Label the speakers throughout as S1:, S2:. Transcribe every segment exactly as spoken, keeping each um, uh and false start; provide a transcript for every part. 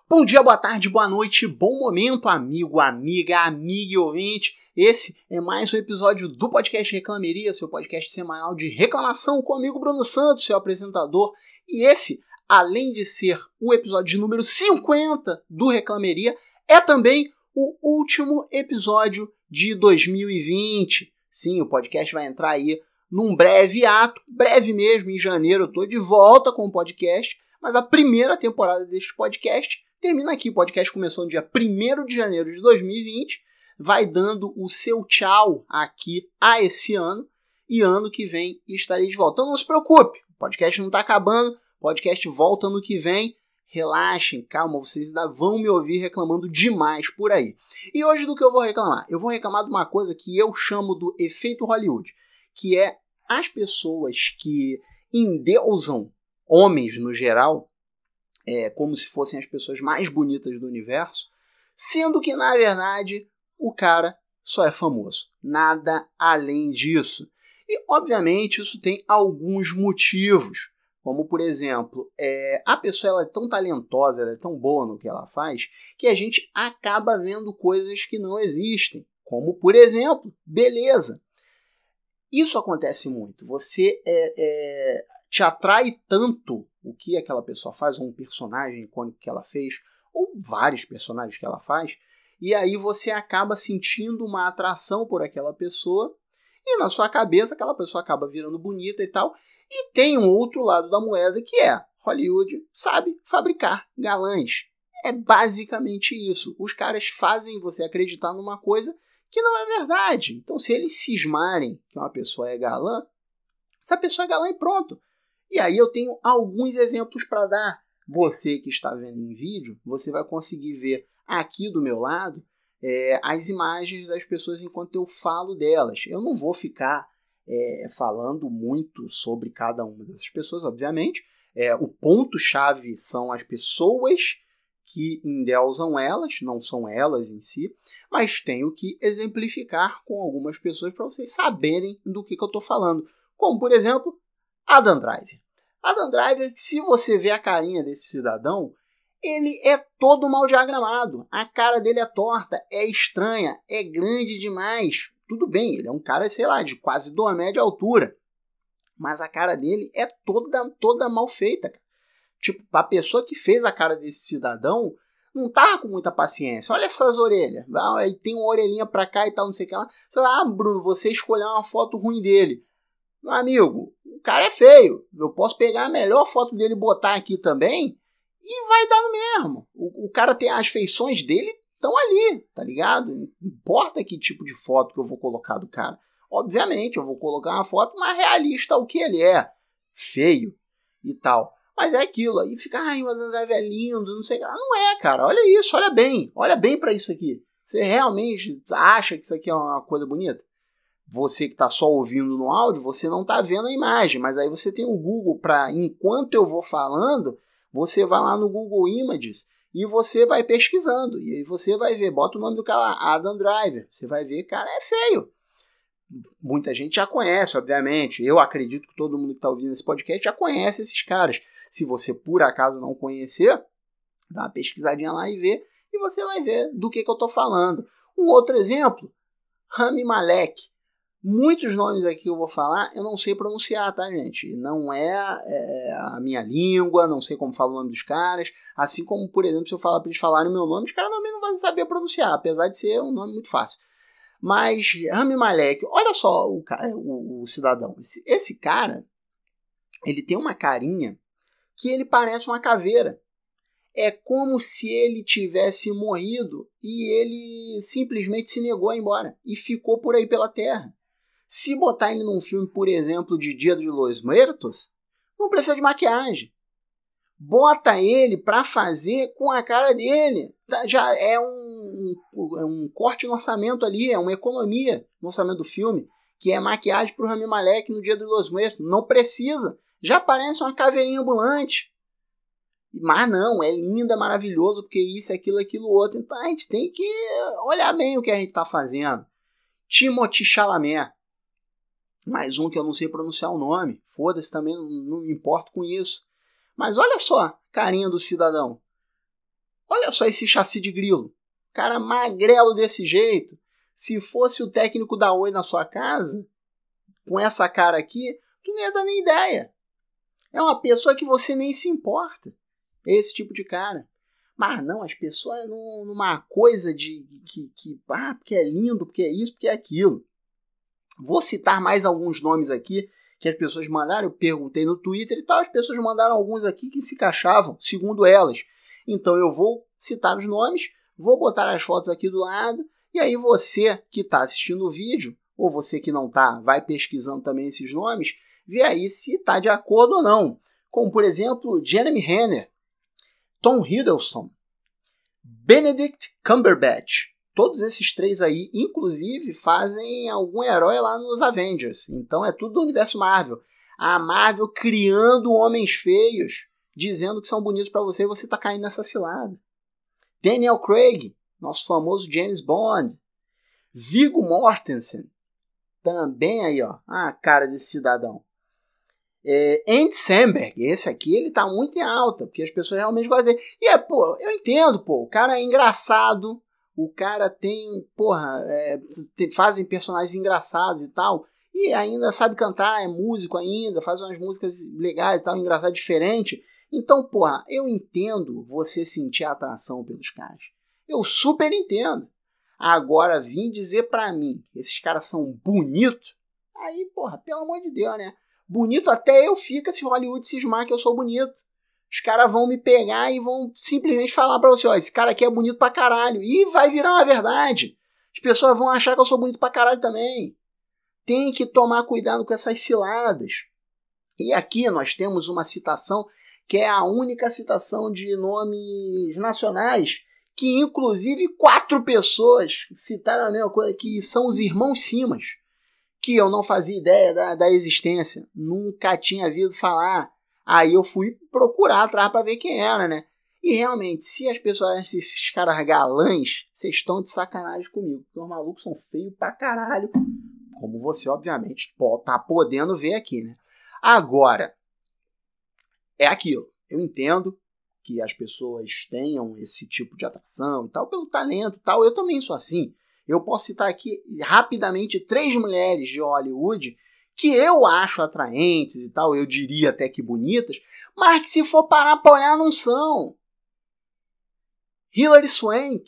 S1: Bom dia, boa tarde, boa noite, bom momento, amigo, amiga, amiga e ouvinte. Esse é mais um episódio do podcast Reclameria, seu podcast semanal de reclamação comigo, Bruno Santos, seu apresentador. E esse, além de ser o episódio número cinquenta do Reclameria, é também o último episódio de dois mil e vinte. Sim, o podcast vai entrar aí num breve ato, breve mesmo, em janeiro eu tô de volta com o podcast, mas a primeira temporada deste podcast termina aqui. O podcast começou no dia primeiro de janeiro de dois mil e vinte, vai dando o seu tchau aqui a esse ano, e ano que vem estarei de volta. Então não se preocupe, o podcast não está acabando, o podcast volta ano que vem. Relaxem, calma, vocês ainda vão me ouvir reclamando demais por aí. E hoje do que eu vou reclamar? Eu vou reclamar de uma coisa que eu chamo do efeito Hollywood, que é as pessoas que endeusam homens no geral, é, como se fossem as pessoas mais bonitas do universo, sendo que, na verdade, o cara só é famoso. Nada além disso. E, obviamente, isso tem alguns motivos. Como, por exemplo, é, a pessoa ela é tão talentosa, ela é tão boa no que ela faz, que a gente acaba vendo coisas que não existem. Como, por exemplo, beleza. Isso acontece muito. Você é, é, te atrai tanto o que aquela pessoa faz, ou um personagem icônico que ela fez, ou vários personagens que ela faz, e aí você acaba sentindo uma atração por aquela pessoa, e na sua cabeça aquela pessoa acaba virando bonita e tal. E tem um outro lado da moeda que é, Hollywood sabe fabricar galãs. É basicamente isso. Os caras fazem você acreditar numa coisa que não é verdade. Então, se eles cismarem que uma pessoa é galã, essa pessoa é galã e pronto. E aí eu tenho alguns exemplos para dar. Você que está vendo em vídeo, você vai conseguir ver aqui do meu lado é, as imagens das pessoas enquanto eu falo delas. Eu não vou ficar é, falando muito sobre cada uma dessas pessoas, obviamente. É, o ponto-chave são as pessoas que endeusam elas, não são elas em si, mas tenho que exemplificar com algumas pessoas para vocês saberem do que, que eu estou falando. Como, por exemplo, Adam Driver. Adam Driver, se você vê a carinha desse cidadão, ele é todo mal diagramado. A cara dele é torta, é estranha, é grande demais. Tudo bem, ele é um cara, sei lá, de quase dois metros de altura. Mas a cara dele é toda, toda mal feita. Tipo, a pessoa que fez a cara desse cidadão não tava com muita paciência. Olha essas orelhas. Ele tem uma orelhinha pra cá e tal, não sei o que lá. Você vai, ah, Bruno, você escolheu uma foto ruim dele. Meu amigo, o cara é feio. Eu posso pegar a melhor foto dele e botar aqui também e vai dar no mesmo. O, o cara tem as feições dele estão ali, tá ligado? Não importa que tipo de foto que eu vou colocar do cara. Obviamente, eu vou colocar uma foto mais realista ao que ele é. Feio e tal. Mas é aquilo. Aí fica, ai, o Adam Driver é lindo, não sei o que lá. Não é, cara. Olha isso, olha bem. Olha bem pra isso aqui. Você realmente acha que isso aqui é uma coisa bonita? Você que está só ouvindo no áudio, você não está vendo a imagem, mas aí você tem o Google para, enquanto eu vou falando, você vai lá no Google Images e você vai pesquisando. E aí você vai ver, bota o nome do cara, Adam Driver. Você vai ver, cara, é feio. Muita gente já conhece, obviamente. Eu acredito que todo mundo que está ouvindo esse podcast já conhece esses caras. Se você, por acaso, não conhecer, dá uma pesquisadinha lá e vê, e você vai ver do que, que eu estou falando. Um outro exemplo, Rami Malek. Muitos nomes aqui que eu vou falar, eu não sei pronunciar, tá, gente? Não é, é a minha língua, não sei como fala o nome dos caras. Assim como, por exemplo, se eu falar para eles falarem o meu nome, os caras também não vão saber pronunciar, apesar de ser um nome muito fácil. Mas Rami Malek, olha só o, o, o cidadão. Esse, esse cara, ele tem uma carinha que ele parece uma caveira. É como se ele tivesse morrido e ele simplesmente se negou a ir embora e ficou por aí pela terra. Se botar ele num filme, por exemplo, de Dia de los Muertos, não precisa de maquiagem. Bota ele para fazer com a cara dele. Já é um, um, um corte no orçamento ali, é uma economia no orçamento do filme, que é maquiagem pro Rami Malek no Dia de los Muertos. Não precisa. Já parece uma caveirinha ambulante. Mas não, é lindo, é maravilhoso, porque isso, aquilo, aquilo, outro. Então a gente tem que olhar bem o que a gente está fazendo. Timothée Chalamet. Mais um que eu não sei pronunciar o nome. Foda-se, também não, não me importo com isso. Mas olha só, carinha do cidadão. Olha só esse chassi de grilo. Cara magrelo desse jeito. Se fosse o técnico da Oi na sua casa, com essa cara aqui, tu não ia dar nem ideia. É uma pessoa que você nem se importa. Esse tipo de cara. Mas não, as pessoas num, numa coisa de que, que ah, porque é lindo, porque é isso, porque é aquilo. Vou citar mais alguns nomes aqui que as pessoas mandaram. Eu perguntei no Twitter e tal, as pessoas mandaram alguns aqui que se encaixavam, segundo elas. Então eu vou citar os nomes, vou botar as fotos aqui do lado, e aí você que está assistindo o vídeo, ou você que não está, vai pesquisando também esses nomes, vê aí se está de acordo ou não. Como, por exemplo, Jeremy Renner, Tom Hiddleston, Benedict Cumberbatch. Todos esses três aí, inclusive, fazem algum herói lá nos Avengers. Então é tudo do universo Marvel. A Marvel criando homens feios, dizendo que são bonitos para você e você tá caindo nessa cilada. Daniel Craig, nosso famoso James Bond. Viggo Mortensen, também aí, ó, a cara desse cidadão. É, Andy Samberg, esse aqui, ele tá muito em alta, porque as pessoas realmente gostam dele. E é, pô, eu entendo, pô, o cara é engraçado, o cara tem, porra, é, tem, fazem personagens engraçados e tal, e ainda sabe cantar, é músico ainda, faz umas músicas legais e tal, engraçado, diferente. Então, porra, eu entendo você sentir atração pelos caras. Eu super entendo. Agora, vim dizer pra mim que esses caras são bonitos, aí, porra, pelo amor de Deus, né? Bonito até eu fico se Hollywood cismar que eu sou bonito. Os caras vão me pegar e vão simplesmente falar pra você, ó, esse cara aqui é bonito pra caralho. E vai virar uma verdade. As pessoas vão achar que eu sou bonito pra caralho também. Tem que tomar cuidado com essas ciladas. E aqui nós temos uma citação que é a única citação de nomes nacionais que inclusive quatro pessoas citaram a mesma coisa, que são os irmãos Simas, que eu não fazia ideia da, da existência, nunca tinha ouvido falar. Aí eu fui procurar atrás para ver quem era, né? E realmente, se as pessoas acham esses caras galãs, vocês estão de sacanagem comigo, porque os malucos são feios pra caralho, como você, obviamente, tá podendo ver aqui, né? Agora, é aquilo. Eu entendo que as pessoas tenham esse tipo de atração e tal, pelo talento e tal. Eu também sou assim. Eu posso citar aqui rapidamente três mulheres de Hollywood que eu acho atraentes e tal, eu diria até que bonitas, mas que se for parar pra olhar não são. Hilary Swank,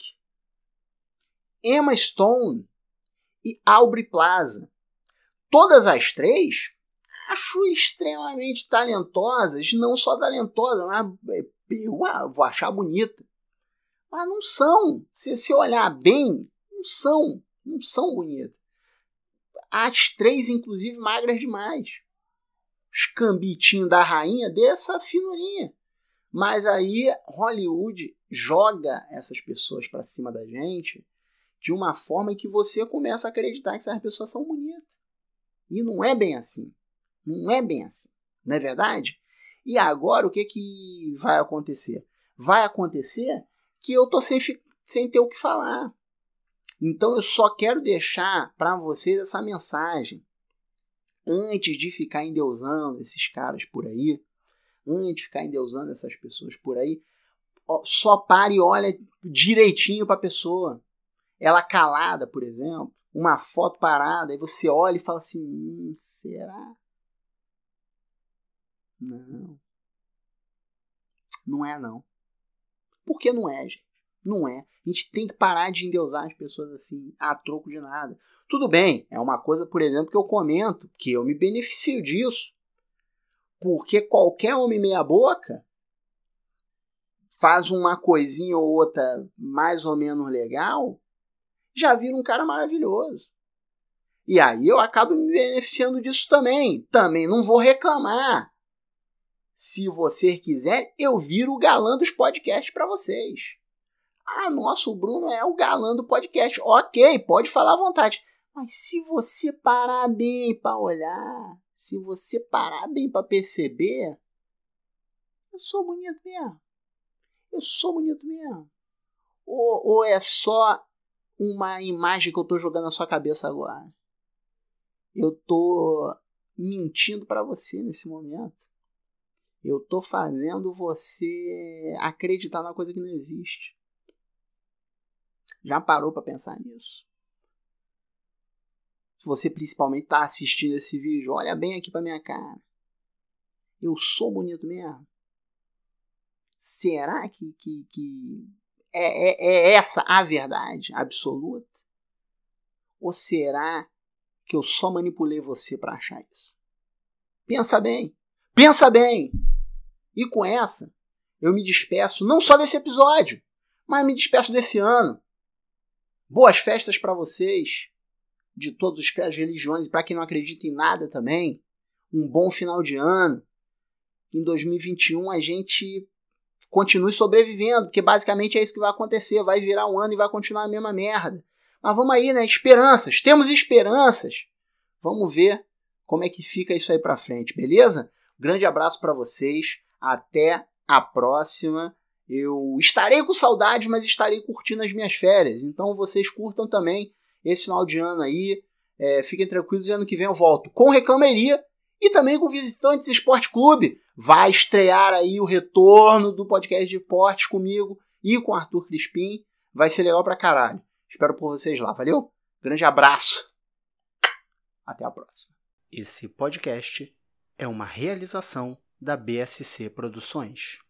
S1: Emma Stone e Aubrey Plaza. Todas as três acho extremamente talentosas, não só talentosas, mas eu vou achar bonita. Mas não são. Se você olhar bem, não são. Não são bonitas. As três, inclusive, magras demais. Os cambitinhos da rainha dessa finurinha. Mas aí Hollywood joga essas pessoas pra cima da gente de uma forma em que você começa a acreditar que essas pessoas são bonitas. E não é bem assim. Não é bem assim. Não é verdade? E agora o que, que vai acontecer? Vai acontecer que eu tô sem, sem ter o que falar. Então eu só quero deixar para vocês essa mensagem. Antes de ficar endeusando esses caras por aí, antes de ficar endeusando essas pessoas por aí, só pare e olha direitinho para a pessoa. Ela calada, por exemplo, uma foto parada, aí você olha e fala assim, hum, será? Não. Não é, não. Por que não é, gente? Não é. A gente tem que parar de endeusar as pessoas assim, a troco de nada. Tudo bem, é uma coisa, por exemplo, que eu comento, que eu me beneficio disso. Porque qualquer homem meia boca faz uma coisinha ou outra mais ou menos legal, já vira um cara maravilhoso. E aí eu acabo me beneficiando disso também. Também não vou reclamar. Se você quiser, eu viro o galã dos podcasts para vocês. Ah, nossa, o Bruno é o galã do podcast. Ok, pode falar à vontade. Mas se você parar bem para olhar, se você parar bem para perceber, eu sou bonito mesmo. Eu sou bonito mesmo. Ou, ou é só uma imagem que eu tô jogando na sua cabeça agora? Eu tô mentindo para você nesse momento. Eu tô fazendo você acreditar numa coisa que não existe. Já parou para pensar nisso? Se você principalmente está assistindo esse vídeo, olha bem aqui para minha cara. Eu sou bonito mesmo? Será que, que, que é, é, é essa a verdade absoluta? Ou será que eu só manipulei você para achar isso? Pensa bem. Pensa bem. E com essa, eu me despeço não só desse episódio, mas me despeço desse ano. Boas festas para vocês, de todos os credos, religiões, e para quem não acredita em nada também, um bom final de ano. Em dois mil e vinte e um a gente continue sobrevivendo, porque basicamente é isso que vai acontecer, vai virar um ano e vai continuar a mesma merda. Mas vamos aí, né? Esperanças, temos esperanças. Vamos ver como é que fica isso aí para frente, beleza? Grande abraço para vocês, até a próxima. Eu estarei com saudade, mas estarei curtindo as minhas férias, então vocês curtam também esse final de ano aí. É, fiquem tranquilos, e ano que vem eu volto com Reclameria e também com Visitantes Esporte Clube. Vai estrear aí o retorno do podcast de esportes comigo e com Arthur Crispim. Vai ser legal pra caralho. Espero por vocês lá, valeu? Grande abraço. Até a próxima. Esse podcast é uma realização da B S C Produções.